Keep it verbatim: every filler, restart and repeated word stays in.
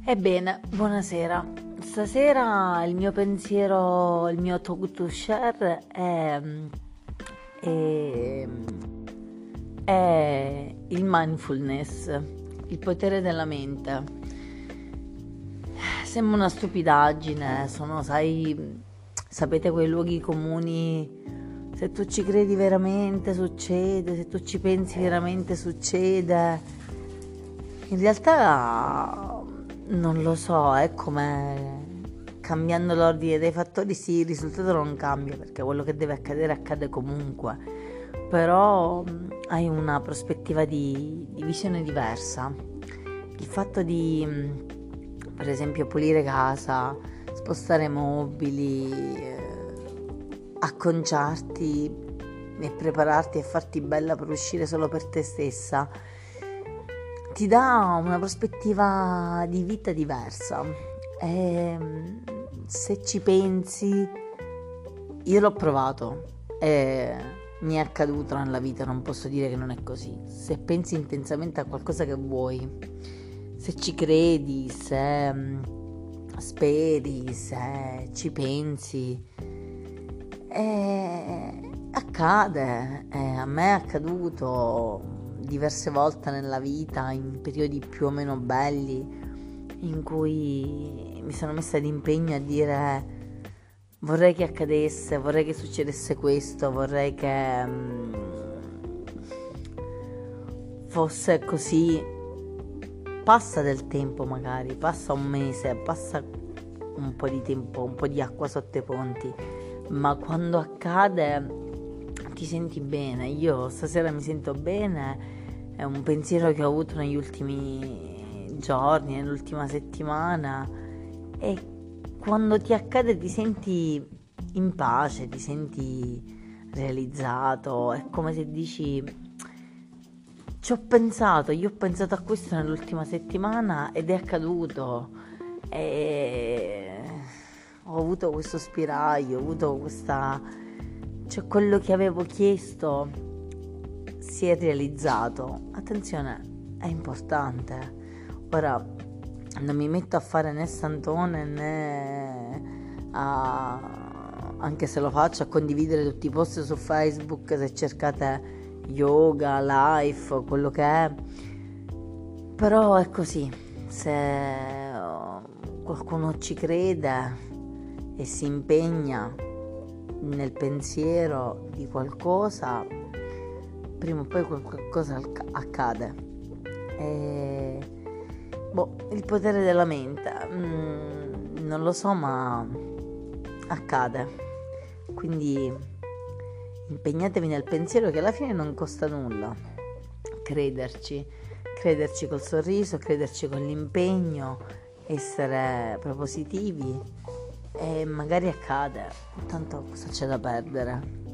Ebbene, buonasera. Stasera il mio pensiero, il mio talk to share è, è, è il mindfulness, il potere della mente. Sembra una stupidaggine, sono, sai, sapete quei luoghi comuni, se tu ci credi veramente succede, se tu ci pensi veramente succede. In realtà non lo so, è come cambiando l'ordine dei fattori, sì, il risultato non cambia perché quello che deve accadere accade comunque, però mh, hai una prospettiva di, di visione diversa. Il fatto di, mh, per esempio, pulire casa, spostare mobili, eh, acconciarti e prepararti e farti bella per uscire solo per te stessa, ti dà una prospettiva di vita diversa. E se ci pensi, io l'ho provato e mi è accaduto nella vita, non posso dire che non è così. Se pensi intensamente a qualcosa che vuoi, se ci credi, se speri, se ci pensi, e accade. E a me è accaduto diverse volte nella vita, in periodi più o meno belli, in cui mi sono messa d'impegno a dire vorrei che accadesse, vorrei che succedesse questo, vorrei che um, fosse così. Passa del tempo, magari passa un mese, passa un po' di tempo, un po' di acqua sotto i ponti, ma quando accade ti senti bene. Io stasera mi sento bene, è un pensiero che ho avuto negli ultimi giorni, nell'ultima settimana, e quando ti accade ti senti in pace, ti senti realizzato, è come se dici ci ho pensato, io ho pensato a questo nell'ultima settimana ed è accaduto, e ho avuto questo spiraglio, ho avuto questa, cioè quello che avevo chiesto si è realizzato. Attenzione, è importante. Ora non mi metto a fare né santone né a, anche se lo faccio, a condividere tutti i post su Facebook se cercate yoga, life, quello che è, però è così. Se qualcuno ci crede e si impegna nel pensiero di qualcosa, prima o poi qualcosa accade. E, boh, il potere della mente, mm, non lo so, ma accade. Quindi impegnatevi nel pensiero, che alla fine non costa nulla. Crederci, crederci col sorriso, crederci con l'impegno, essere propositivi, e magari accade. Tanto cosa c'è da perdere?